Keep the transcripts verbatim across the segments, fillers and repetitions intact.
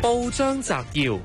報章摘要：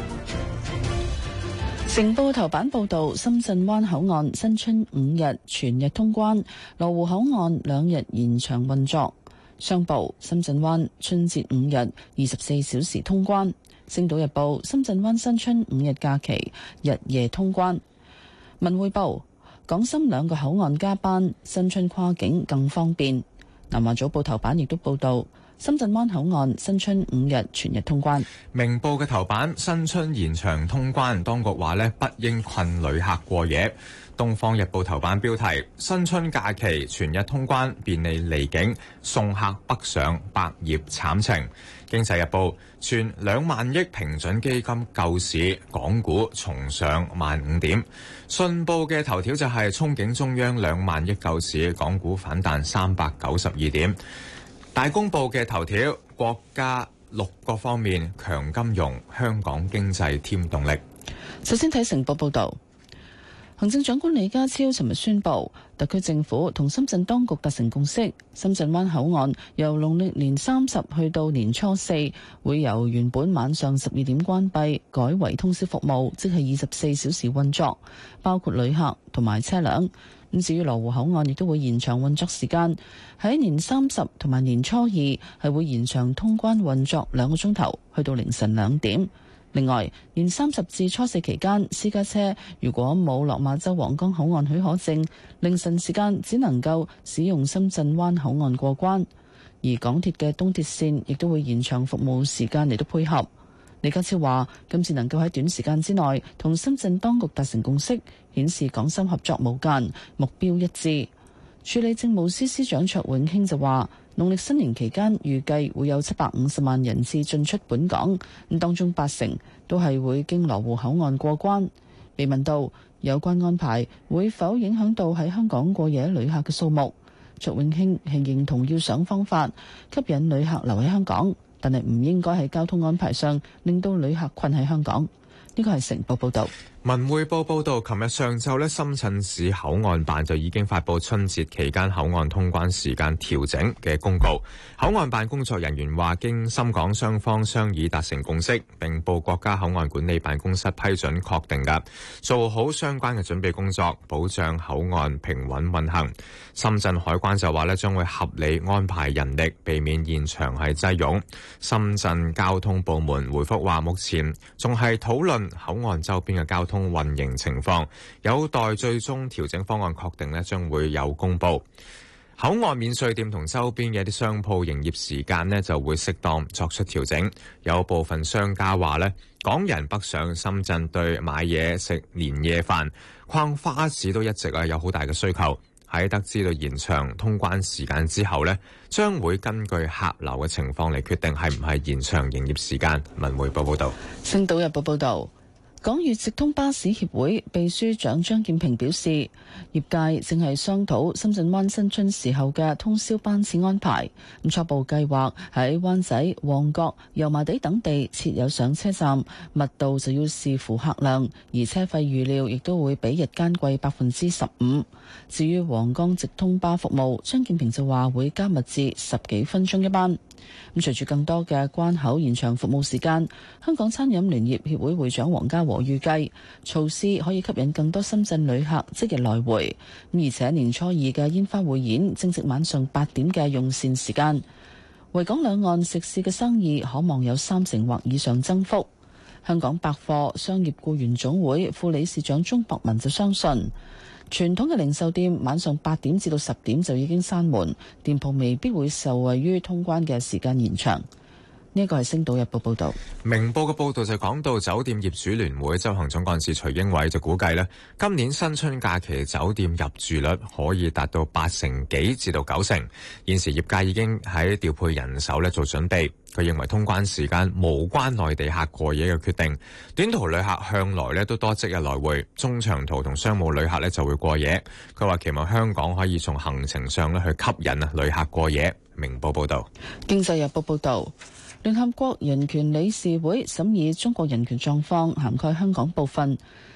成報頭版報道，深圳灣口岸新春五日全日通關，羅湖口岸兩日延長運作。商報：深圳灣春節五日二十四小時通關。星島日報：深圳灣新春五日假期日夜通關。文匯報：港深兩個口岸加班，新春跨境更方便。南華早報頭版亦都報道，深圳灣口岸新春五日全日通關。 明報嘅頭版：新春延長通關，當局話呢不應困旅客過夜。東方日報頭版標題：新春假期全日通關，便利離境，送客北上，百業慘情。經濟日報：全兩萬億平準基金救市，港股重上萬五點。信報嘅頭條就係憧憬中央兩萬億救市，港股反彈三百九十二點。大公報嘅頭條：國家六個方面強金融，香港經濟添動力。 首先睇成報報導。行政長官李家超尋日宣布，特區政府同深圳當局達成共識，深圳灣口岸由農曆年三十去到年初四，會由原本晚上十二點關閉，改為通宵服務，即係二十四小時運作，包括旅客同埋車輛。咁至於羅湖口岸，亦都會延長運作時間，喺年三十同埋年初二係會延長通關運作兩個鐘頭，去到凌晨兩點。另外，年三十至初四期間，私家車如果冇落馬洲皇崗口岸許可證，凌晨時間只能夠使用深圳灣口岸過關。而港鐵嘅東鐵線亦都會延長服務時間嚟到配合。李家超話：今次能夠喺短時間之內同深圳當局達成共識，顯示港深合作無間，目標一致。處理政務司司長卓永興就話：農曆新年期間預計會有七百五十萬人次進出本港，咁當中八成都係會經羅湖口岸過關。被問到有關安排會否影響到喺香港過夜旅客嘅數目，卓永興係認同要想方法吸引旅客留喺香港，但係唔應該喺交通安排上令到旅客困喺香港。呢個係成報報導。 文匯報報道，琴日上晝咧，深圳市口岸辦就已經發布春節期間口岸通關時間調整嘅公告。口岸辦工作人員話，經深港雙方商議達成共識，並報國家口岸管理辦公室批准確定嘅，做好相關嘅準備工作，保障口岸平穩運行。深圳海關就話咧，將會合理安排人力，避免現場係擠擁。深圳交通部門回覆話，目前仲係討論口岸周邊嘅交通通運營情況，有待最終調整方案確定呢，將會有公布。口岸免稅店同周邊嘅一啲商鋪營業時間呢，就會適當作出調整。有部分商家話呢，港人北上深圳對買嘢食年夜飯、逛花市都一直啊有好大嘅需求。喺得知到延長通關時間之後呢，將會根據客流嘅情況嚟決定係唔係延長營業時間。文匯報報道。 星島日報報道。港粵直通巴士協會秘書長張劍平表示，業界正係商討深圳灣新春時候嘅通宵班次安排。咁初步計劃喺灣仔、旺角、油麻地等地設有上車站，密度就要視乎客量，而車費預料亦都會比日間貴百分之十五。至於皇崗直通巴服務，張劍平就話會加密至十幾分鐘一班。咁隨住更多嘅關口延長服務時間，香港餐飲聯業協會會長黃家和預計措施可以吸引更多深圳旅客即日來回。而且年初二嘅煙花匯演正值晚上八點嘅用膳時間，維港兩岸食肆嘅生意可望有三成或以上增幅。香港百貨商業僱員總會副理事長鍾博文就相信，傳統嘅零售店晚上八點至到十點就已經閂門，店鋪未必會受惠於通關嘅時間延長。呢一個係《星島日報》報導。 明報嘅報導就講到，酒店業主聯會執行總幹事徐英偉就估計咧，今年新春假期酒店入住率可以達到八成幾至到九成。現時業界已經喺調配人手咧做準備。佢認為通關時間無關內地客過夜嘅決定，短途旅客向來咧都多即日來回，中長途同商務旅客咧就會過夜。佢話期望香港可以從行程上咧去吸引啊旅客過夜。明報報導。 經濟日報報導。聯合國人權理事會審議中國人權狀況，涵蓋香港部分。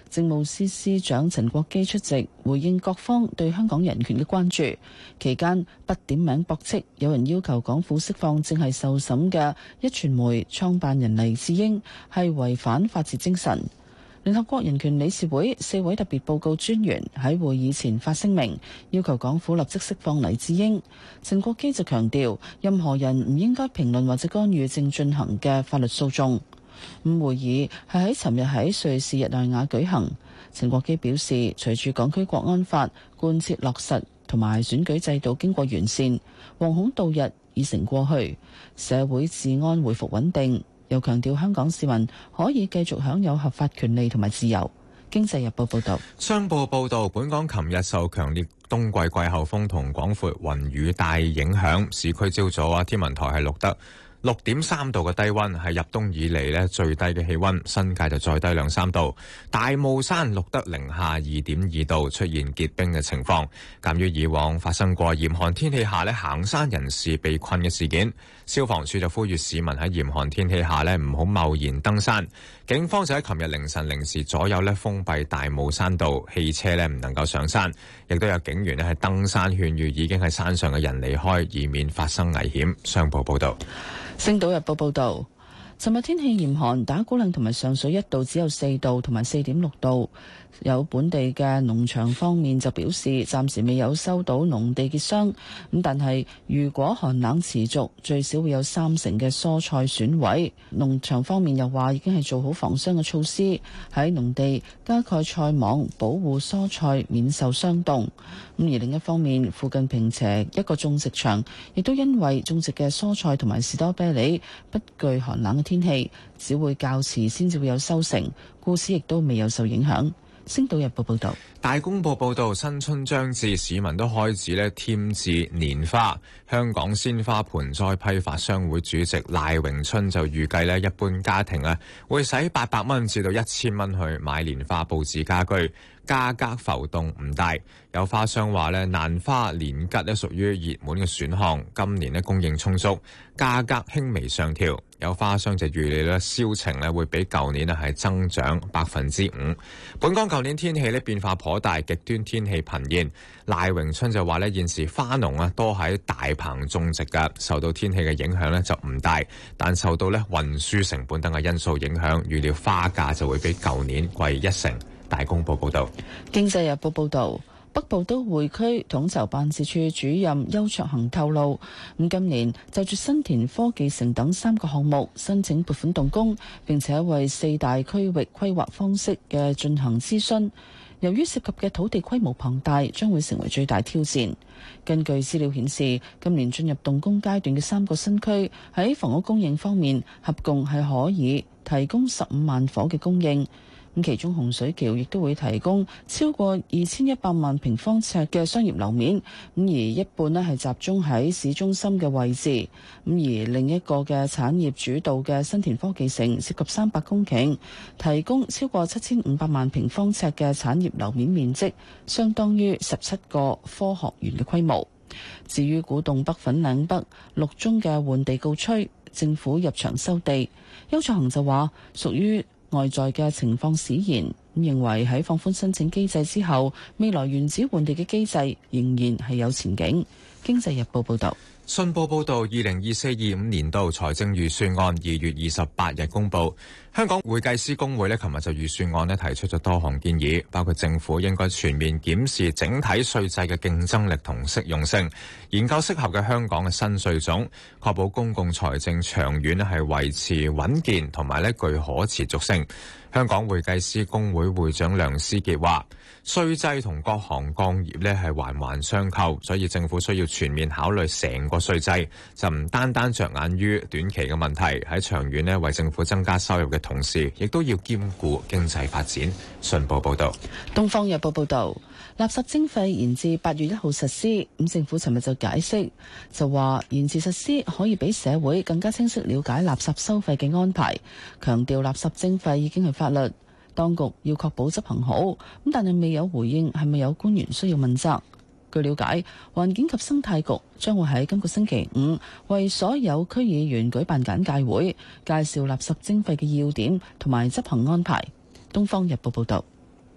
政務司司長陳國基出席回應各方對香港人權嘅關注，期間不點名駁斥有人要求港府釋放正係受審嘅壹傳媒創辦人黎智英係違反法治精神。聯合國人權理事會四位特別報告專員喺會議前發聲明，要求港府立即釋放黎智英。陳國基就強調，任何人唔應該評論或者干預正進行嘅法律訴訟。咁會議係喺尋日喺瑞士日內瓦舉行。陳國基表示，隨住港區國安法貫徹落實同埋選舉制度經過完善，惶恐度日已成過去，社會治安回復穩定。又強調香港市民可以繼續享有合法權利同埋自由。經濟日報報道， 商報報道，本港琴日受強烈冬季季候風同廣闊雲雨帶影響，市區朝早啊，天文台係錄得六點三度嘅低溫，係入冬以嚟呢最低嘅氣溫，新界就再低兩三度。大霧山錄得零下二點二度，出現結冰嘅情況。鑑於以往發生過嚴寒天氣下呢行山人士被困嘅事件，消防處就呼籲市民喺嚴寒天氣下呢唔好貿然登山。警方就喺琴日凌晨零時左右呢封閉大霧山道，汽車呢唔能夠上山，亦都有警員呢係登山勸喻已經喺山上嘅人離開，以免發生危險。商報報道。 星島日報報道，尋日天氣嚴寒，打鼓嶺同埋上水一度只有四度同埋四點六度。有本地嘅農場方面就表示，暫時未有收到農地結霜，咁但係如果寒冷持續，最少會有三成嘅蔬菜損毀。農場方面又話已經係做好防霜嘅措施，喺農地加蓋菜網，保護蔬菜免受霜凍。咁而另一方面，附近坪輋一個種植場亦都因為種植嘅蔬菜同埋士多啤梨不懼寒冷嘅天氣，只會較遲先至會有收成，故此亦都未有受影響。星島日報報道， 大公報報道，新春將至，市民都開始咧添置年花。香港鮮花盆栽批發商會主席賴榮春就預計咧，一般家庭啊會使八百蚊至到一千蚊去買年花佈置家居，價格浮動唔大。有花商話咧，蘭花、年桔咧屬於熱門嘅選項，今年咧供應充足，價格輕微上調。有花商就預料咧銷情咧會比舊年啊係增長百分之五。本港舊年天氣咧變化頗大，極端天氣頻現。賴榮春就話咧，現時花農啊多喺大棚種植㗎，受到天氣嘅影響咧就唔大，但受到咧運輸成本等嘅因素影響，預料花價就會比舊年貴一成。大公報報道。 經濟日報報道。北部都會區統籌辦事處主任邱卓恒透露，咁今年就住新田科技城等三個項目申請撥款動工，並且為四大區域規劃方式嘅進行諮詢。由於涉及嘅土地規模龐大，將會成為最大挑戰。根據資料顯示，今年進入動工階段嘅三個新區喺房屋供應方面，合共係可以提供十五萬伙嘅供應。咁其中洪水橋亦都會提供超過二千一百萬平方尺嘅商業樓面，咁而一半呢係集中喺市中心嘅位置，咁而另一個嘅產業主導嘅新田科技城涉及三百公頃，提供超過七千五百萬平方尺嘅產業樓面面積，相當於十七個科學園嘅規模。至於古洞北、粉嶺北六宗嘅換地告吹，政府入場收地，邱卓恒就話屬於外在嘅情況使然，咁認為喺放寬申請機制之後，未來原址換地嘅機制仍然係有前景。經濟日報報道。 信報報導，二零二四二五年度財政預算案二月二十八日公佈。香港會計師公會呢，琴日就預算案呢提出咗多項建議，包括政府應該全面檢視整體稅制嘅競爭力同適用性，研究適合嘅香港嘅新稅種，確保公共財政長遠呢係維持穩健同埋呢具可持續性。香港會計師公會會長梁思傑話：稅制同各行各業呢係環環相扣，所以政府需要全面考慮成個稅制，就唔單單着眼於短期嘅問題，喺長遠呢為政府增加收入嘅同時，亦都要兼顧經濟發展。信報報導。 東方日報報導，垃圾徵費延至八月一號實施，咁政府尋日就解釋，就話延遲實施可以俾社會更加清晰了解垃圾收費嘅安排，強調垃圾徵費已經係法律，當局要確保執行好，咁但係未有回應係咪有官員需要問責。據了解，環境及生態局將會喺今個星期五為所有區議員舉辦簡介會，介紹垃圾徵費嘅要點同埋執行安排。東方日報報道。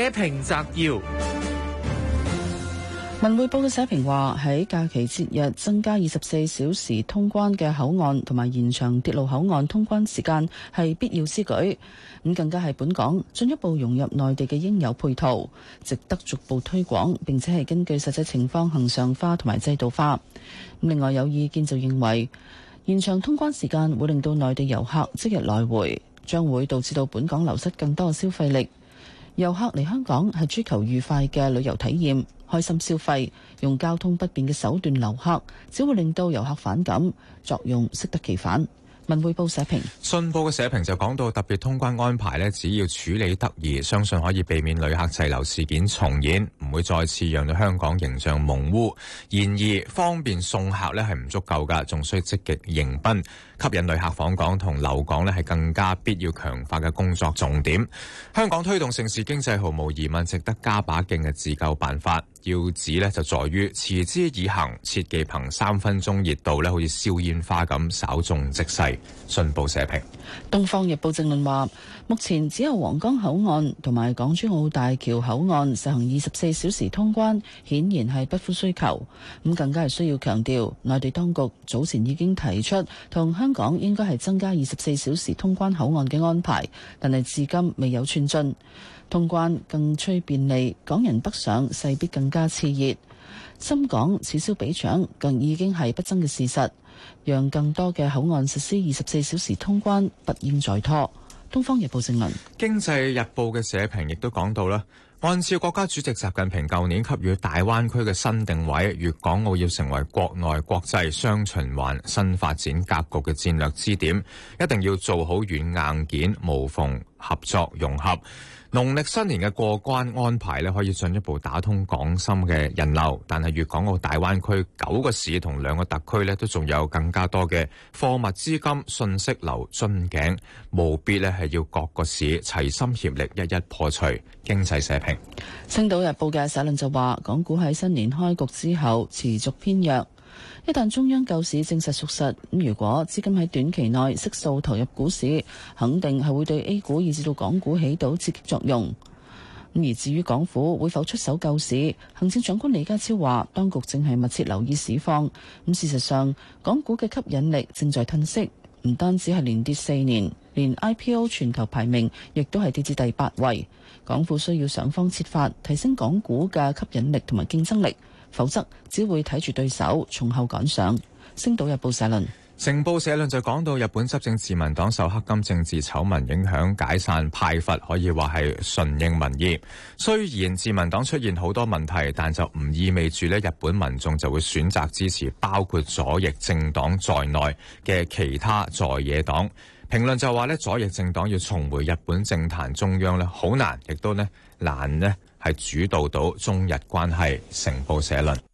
評摘要。 文匯報嘅社評話，喺假期節日增加二十四小時通關嘅口岸同埋延長鐵路口岸通關時間係必要之舉，咁更加係本港進一步融入內地嘅應有配套，值得逐步推廣，並且係根據實際情況恆常化同埋制度化。另外有意見就認為，延長通關時間會令到內地遊客即日來回，將會導致到本港流失更多嘅消費力。遊客嚟香港係追求愉快嘅旅遊體驗，開心消費，用交通不便嘅手段留客，只會令到遊客反感，作用適得其反。文匯報社評。 信報嘅社評就講到，特別通關安排呢，只要處理得宜，相信可以避免旅客滯留事件重演，唔會再次讓到香港形象蒙污。然而，方便送客呢係唔足夠㗎，仲需積極迎賓，吸引旅客訪港同留港呢係更加必要強化嘅工作重點。香港推動城市經濟毫無疑問值得加把勁嘅自救辦法。要指呢就在於持之以恆，切忌憑三分鐘熱度呢好似燒煙花咁稍縱即逝。信報社評。《 東方日報》正論話，目前只有皇崗口岸同埋港珠澳大橋口岸實行二十四小時通關，顯然係不敷需求。咁更加係需要強調，內地當局早前已經提出同香港應該係增加二十四小時通關口岸嘅安排，但係至今未有寸進。通關更趨便利，港人北上勢必更加熾熱。深港此消彼長，更已經係不爭嘅事實。讓更多嘅口岸實施二十四小時通關，不應再拖。《東方日報》正論。《 經濟日報》嘅社評亦都講到啦，按照國家主席習近平舊年給予大灣區嘅新定位，粵港澳要成為國內國際雙循環新發展格局嘅戰略支點，一定要做好軟硬件無縫合作融合。農曆新年嘅過關安排咧，可以進一步打通港深嘅人流，但係粵港澳大灣區九個市同兩個特區咧，都仲有更加多嘅貨物資金信息流樽頸，務必咧係要各個市齊心協力，一一破除。經濟社評。《 星島日報》嘅社論就話，港股喺新年開局之後持續偏弱。一旦中央救市證實屬實，咁如果資金喺短期內悉數投入股市，肯定係會對 A 股以至到港股起到刺激作用。咁而至於港府會否出手救市，行政長官李家超話，當局正係密切留意市況。咁事實上，港股嘅吸引力正在褪色，唔單止係連跌四年，連 I P O 全球排名亦都係跌至第八位。港府需要想方設法提升港股嘅吸引力同埋競爭力。否則只會睇住對手從後趕上。星島日報社論。 成報社論就講到，日本執政自民黨受黑金政治醜聞影響解散派閥，可以話係順應民意。雖然自民黨出現好多問題，但就唔意味住咧日本民眾就會選擇支持包括左翼政黨在內嘅其他在野黨。評論就話咧，左翼政黨要重回日本政壇中央咧，好難，亦都咧難咧係主導到中日關係。成報社論。